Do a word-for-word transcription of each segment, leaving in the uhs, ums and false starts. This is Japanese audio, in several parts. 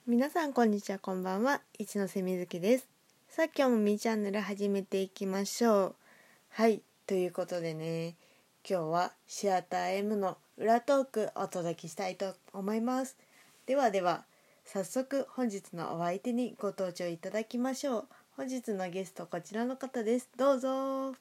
皆さんこんにちは、こんばんは。一ノ瀬みずきです。さあ今日もみーチャンネル始めていきましょう。はい、ということでね、今日はシアター M の裏トークお届けしたいと思います。ではでは早速本日のお相手にご登場いただきましょう。本日のゲストこちらの方です。どうぞ。 はい、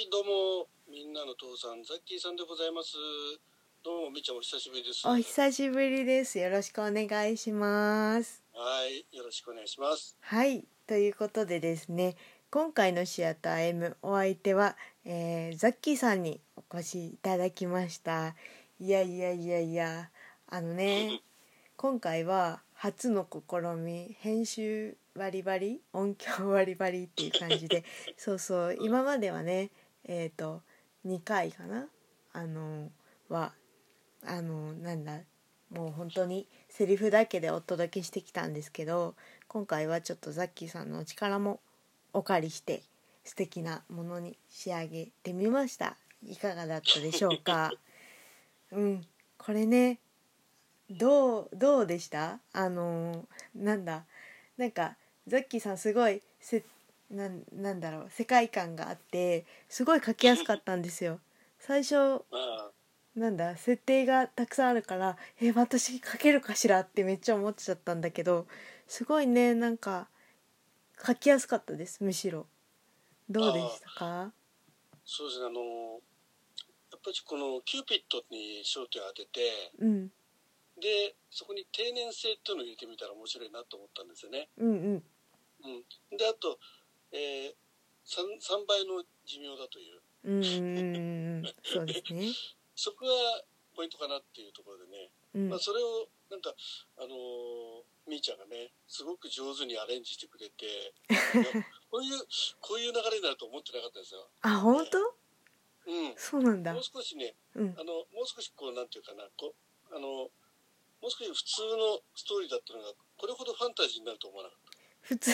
どうもみんなの父さんザッキーさんでございます。どうもみーちゃんお久しぶりです。 お久しぶりです。よろしくお願いします。 はい、よろしくお願いします。 はい、ということでですね、今回のシアター M お相手は、えー、ザッキーさんにお越しいただきました。いやいやいやいや、あのね今回は初の試み、編集バリバリ、音響バリバリっていう感じでそうそう、今まではねえっとにかいかなあのはあのなんだもう本当にセリフだけでお届けしてきたんですけど、今回はちょっとザッキーさんのお力もお借りして素敵なものに仕上げてみました。いかがだったでしょうか。うんこれね、どうどうでした？あのなんだなんかザッキーさんすごいせななんだろう世界観があってすごい書きやすかったんですよ。最初あなんだ設定がたくさんあるからえ私書けるかしらってめっちゃ思っちゃったんだけど、すごいねなんか書きやすかったです。むしろどうでしたか？ そうですね、あのやっぱりこのキューピッドに焦点を当てて、 うん、 でそこに定年制っていうのを入れてみたら面白いなと思ったんですよね。 うんうんうん、であと、えー、3, さんばいの寿命だという、 うんうんうんそうですね。 そこがポイントかなっていうところでね、 うんまあ、それをなんかあのー、みーちゃんがねすごく上手にアレンジしてくれていやこういうこういう流れになると思ってなかったですよ。 あ本当？ うん、 そうなんだ。 もう少しね、 うん、 あのもう少しこうなんていうかなこうあのもう少し普通のストーリーだったのがこれほどファンタジーになると思わなかった。 普通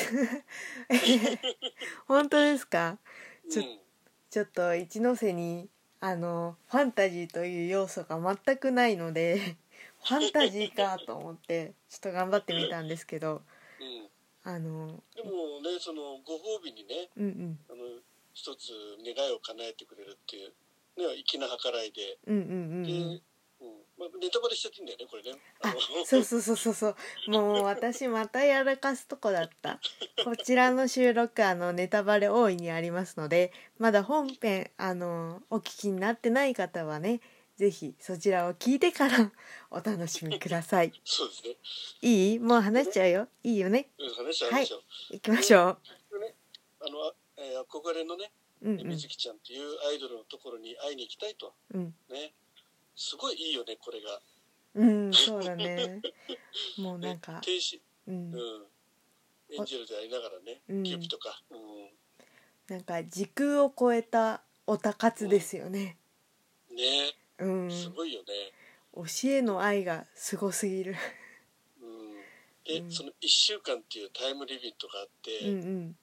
本当ですか？ちょうん、 ちょっと一ノ瀬にあのファンタジーという要素が全くないのでファンタジーかと思ってちょっと頑張ってみたんですけど、 うん、 あのでもねそのご褒美にね、 うんうんあの一つ願いを叶えてくれるっていうね粋な計らいで、 うんうんうんで、うんまあ、ネタバレしちゃっていいんだよねこれね。ああのそうそうそうそうそう、もう私またやらかすとこだった。こちらの収録あのネタバレ大いにありますので、まだ本編あのお聞きになってない方はね、ぜひそちらを聞いてからお楽しみください。 そうですね。 いい？もう話しちゃうよ。いいよね。 うん話しちゃうはい話しちゃう。 行きましょでね、あの、あえー憧れのね、 う。うんうんみずきちゃんっていうアイドルのところに会いに行きたいと。 うんね。すごいいいよね、これが。 うんそうだね。もうなんね、 か、 天使、 ううんん、エンジェルでありながらね、 うんキューピッドか。うん、 なんか時空を超えたオタ活ですよね。 ね、 うんすごいよね。 教えの愛がすごすぎる。 うん。で、 うんそのいっしゅうかんっていうタイムリミットがあって、 うんうん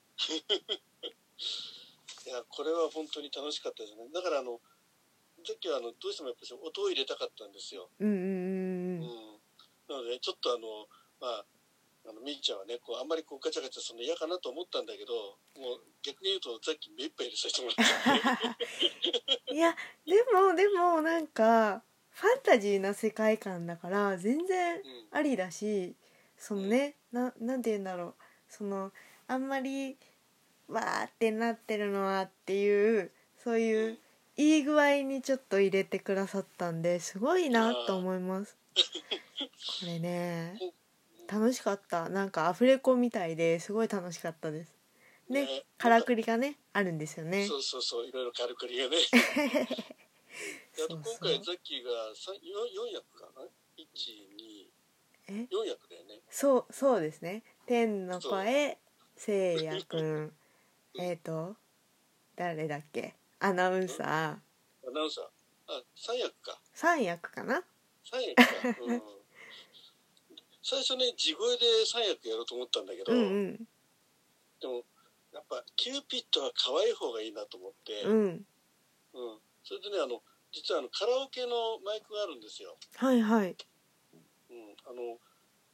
いや、これは本当に楽しかったですね。だからあの、さっきはあのどうしてもやっぱり音を入れたかったんですよ。 うんうんうんうん、なのでちょっとあのまああのみーちゃんはねこうあんまりこうガチャガチャするの嫌かなと思ったんだけど、もう逆に言うとさっき目いっぱい入れさせてもらっいやでもでもなんかファンタジーな世界観だから全然た。 ありだし、そのね、ななんて言うんだろう、そのあんまりわーってなってるのはっていうそううん、 いういい具合にちょっと入れてくださったんですごいなと思います。これね楽しかった。なんかアフレコみたいですごい楽しかったですね。 ね、 からくりがねあるんですよね。 そうそうそう、いろいろ軽くりがね。あとそう今回ザッキーがよん役かな、いちにえよん役だよね。 そうそうですね。天の声せいやくんえっと誰だっけ、アナウンサーアナウンサーあさん役かさん役かな。 さん役か、うん、最初ね地声でさん役やろうと思ったんだけど、 うんうんでもやっぱキューピッドは可愛い方がいいなと思って、 うんうん、それでねあの実はあのカラオケのマイクがあるんですよ。 はいはいうん、あの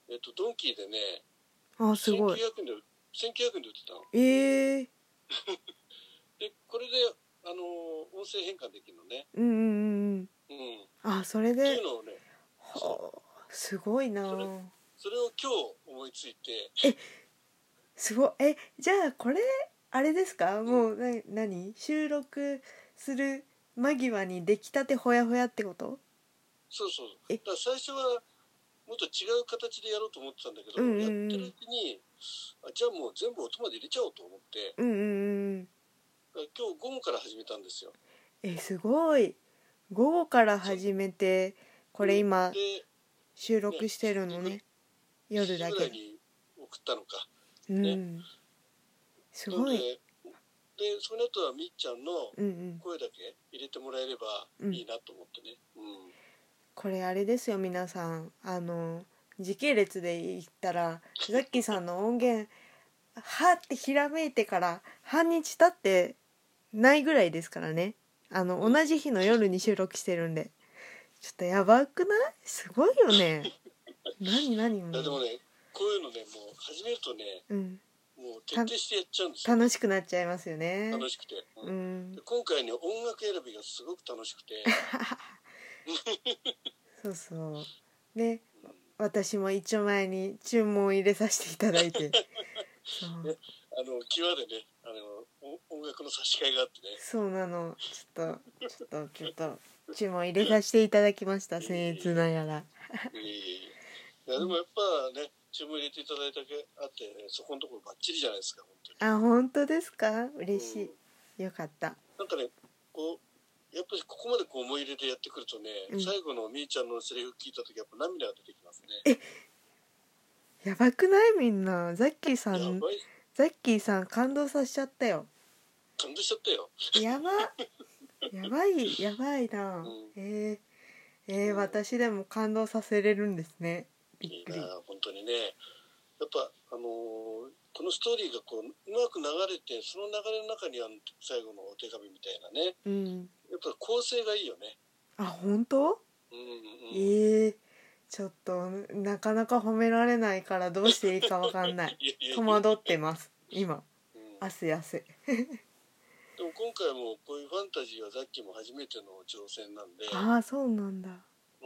えっとドンキーでね、 あすごい。 せんきゅうひゃくえんでせんきゅうひゃくえんで売ってたの。 えー、 でこれであの音声変換できるのね。 うんうんうんうん。 うん。 あそれっていでうのをね、そうはあすごいな。 それそれを今日思いついて、 えすごい。えじゃあこれあれですか、もうな何収録する間際に出来たてほやほやってこと？ そうそう。 えだから最初はもっと違う形でやろうと思ってたんだけど、 うんうんうんやってるうちにあじゃあもう全部音まで入れちゃおうと思って、 うんうんうん。 だから今日午後から始めたんですよ。 えすごい。午後からそう始めてこれ今で、 収ね、 録してるのね。夜しちじだけ。 ぐらいに送ったのか。 うね。 ん。すなので、 ごい。 でその後はみっちゃんのうんうん声だけ入れてもらえればいいなと思ってね。うん。 これあれですよ皆さん、あの時系列で言ったらザッキーさんの音源はってひらめいてから半日経ってないぐらいですからね。あの同じ日の夜に収録してるんで、ちょっとやばくない？すごいよね。何何もいやでもね、こういうのね、もう始めるとね、 う、うん、 もう徹底してやっちゃうんですよ。 楽しくなっちゃいますよね。 楽しくて。ううんんで今回ね、音楽選びがすごく楽しくて。 そうそうね、 うん私も一丁前に注文を入れさせていただいてそうね、あの際でね、あのお音楽の差し替えがあってね。 そうなの。ちょっとちょっとちょっと注文入れさせていただきました。僭越ながら。 いえいえいえ。いやでもやっぱね、注文入れていただいただけあってね、そこのところバッチリじゃないですか、本当に。 あ本当ですか？嬉しい。よかった。 なんかね、こうやっぱりここまでこう思い入れでやってくるとね、 うん最後のみーちゃんのセリフ聞いた時やっぱ涙が出てきますね。 やばくない？みんなザッキーさんやばい、 ザッキーさん感動させちゃったよ。 感動しちゃったよ。 やばやばいやばいな、 うん、 えー、えー、 うん私でも感動させれるんですね。びっいいくり。 な本当にね。やっぱあのーこのストーリーがこううまく流れて、その流れの中にあの最後のお手紙みたいなね、 うんやっぱ構成がいいよね。 あ本当？ うんうん、 えー、ちょっとなかなか褒められないからどうしていいかわかんない。 いやいやいや戸惑ってます今。 うん、 汗汗でも今回もこういうファンタジーはザッキーも初めての挑戦なんで、 ああそうなんだ。 うん、だ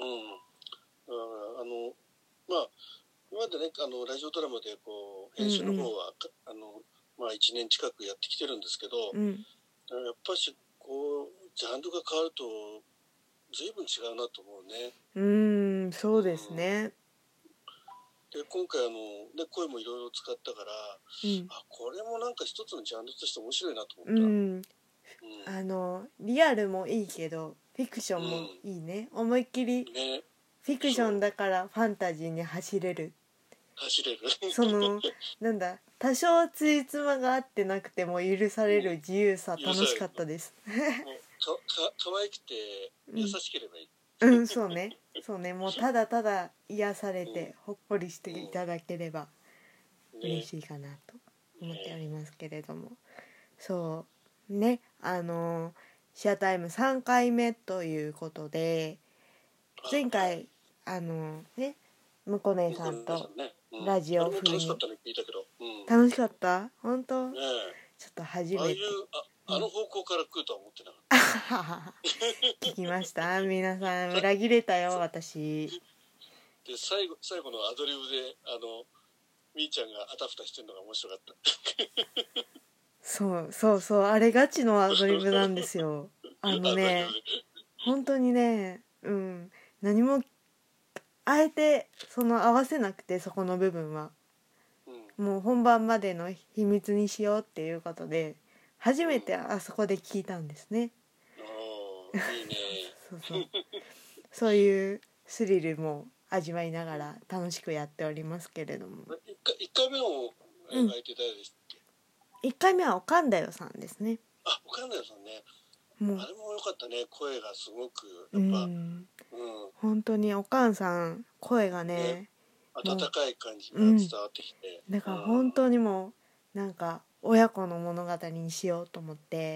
からあのまあ今までね、あのラジオドラマでこう編集の方は、うんうん、あのまあいちねん近くやってきてるんですけど、 うん、 やっぱしこうジャンルが変わると随分違うなと思うね。 うーんそうですね。 で今回あの、ね、声もいろいろ使ったから、 うん、 あこれもなんか一つのジャンルとして面白いなと思った。 うん、 うん、 あのリアルもいいけどフィクションもいいね、うん、思いっきりね、 フィクションだからファンタジーに走れる。 走れるそのなんだ多少ついつまがあってなくても許される自由さ、うん、楽しかったです。 もうかか可愛くて優しければいい。 うん、うん、そうねそうねもうただただ癒されてほっこりしていただければ嬉しいかなと思っておりますけれども、そうねあのシアター M さんかいめということで、前回あのねむこ姉さんとラジオ風に楽しかった。本当、ね、ちょっと初めてああいうあ、あの方向から来るとは思ってなかった聞きました皆さん裏切れたよ私で最後最後のアドリブであのみーちゃんがあたふたしてるのが面白かったそうそうそうあれガチのアドリブなんですよ。あのね本当にねうん何もあえてその合わせなくてそこの部分は、うん、もう本番までの秘密にしようっていうことで初めてあそこで聞いたんですね。 うん、いいねそうそうそういうスリルも味わいながら楽しくやっておりますけれども、 いっかいめを描いて誰でしたっけ、 うん、いっかいめはおかんだよさんですね。 あ、おかんだよさんね。もうあれも良かったね。声がすごくやっぱ、うん、うん、 本当におかんさん声がね、ね温かい感じが伝わってきて、 うん、だから本当にもうなんか親子の物語にしようと思って、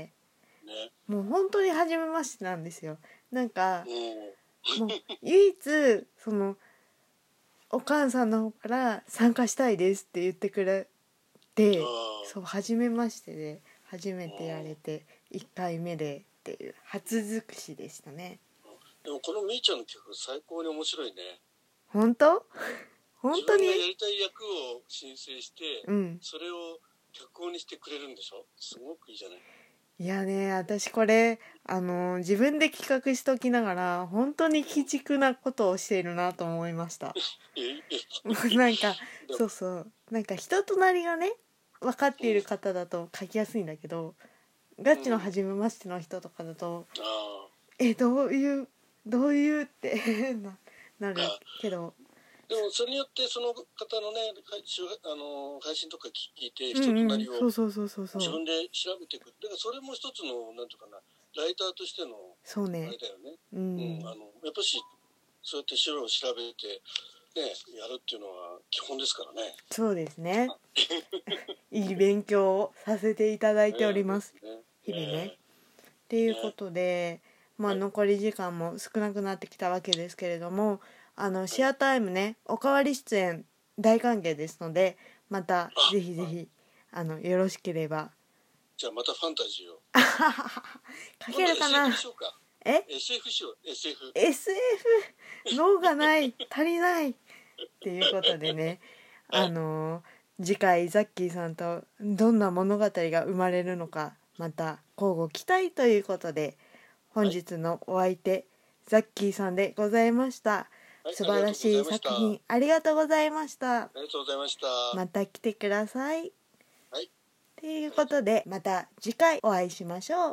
ね、もう本当に初めましてなんですよ。なんか、うん、もう唯一そのお母さんの方から参加したいですって言ってくれて、 あそう初めましてで初めてやれていっかいめでっていう初尽くしでしたね。 でもこのみーちゃんの曲最高に面白いね。 本当本当に自分がやりたい役を申請して、 うん、 それを脚本にしてくれるんでしょ。すごくいいじゃない。 いやね、私これあの自分で企画しときながら本当に鬼畜なことをしているなと思いましたえもうなんかでもそうそうなんか人となりがね分かっている方だと書きやすいんだけど、ガチの初めましての人とかだと、 あえどういうどういうってな, なるけど、 でもそれによってその方のね配信あの配信とか聞いてうんうん人となりをそうそうそうそうそう自分で調べていく。だからそれも一つのなんていうかなライターとしてのあそうねれだよね。 ううんん、あのやっぱしそうやって資料を調べてねやるっていうのは基本ですからね。 そうですねいい勉強をさせていただいております、 ね日々ね、 ねっていうことで、まあ、 はい残り時間も少なくなってきたわけですけれども、あのシアタイムねおかわり出演大歓迎ですので、またぜひぜひあのよろしければじゃあまたファンタジーを書けるかな。 今度 エスエフ にしようか。 えエスエフ しよう エスエフ。 エスエフ 脳がない足りないっていうことでね、あの次回ザッキーさんとどんな物語が生まれるのかまた交互期待ということで、本日のお相手、ザッキーさんでございました。 はい、 素晴らしい作品ありがとうございました。 ありがとうございました。 また来てください。 はい。 ということでまた次回お会いしましょう。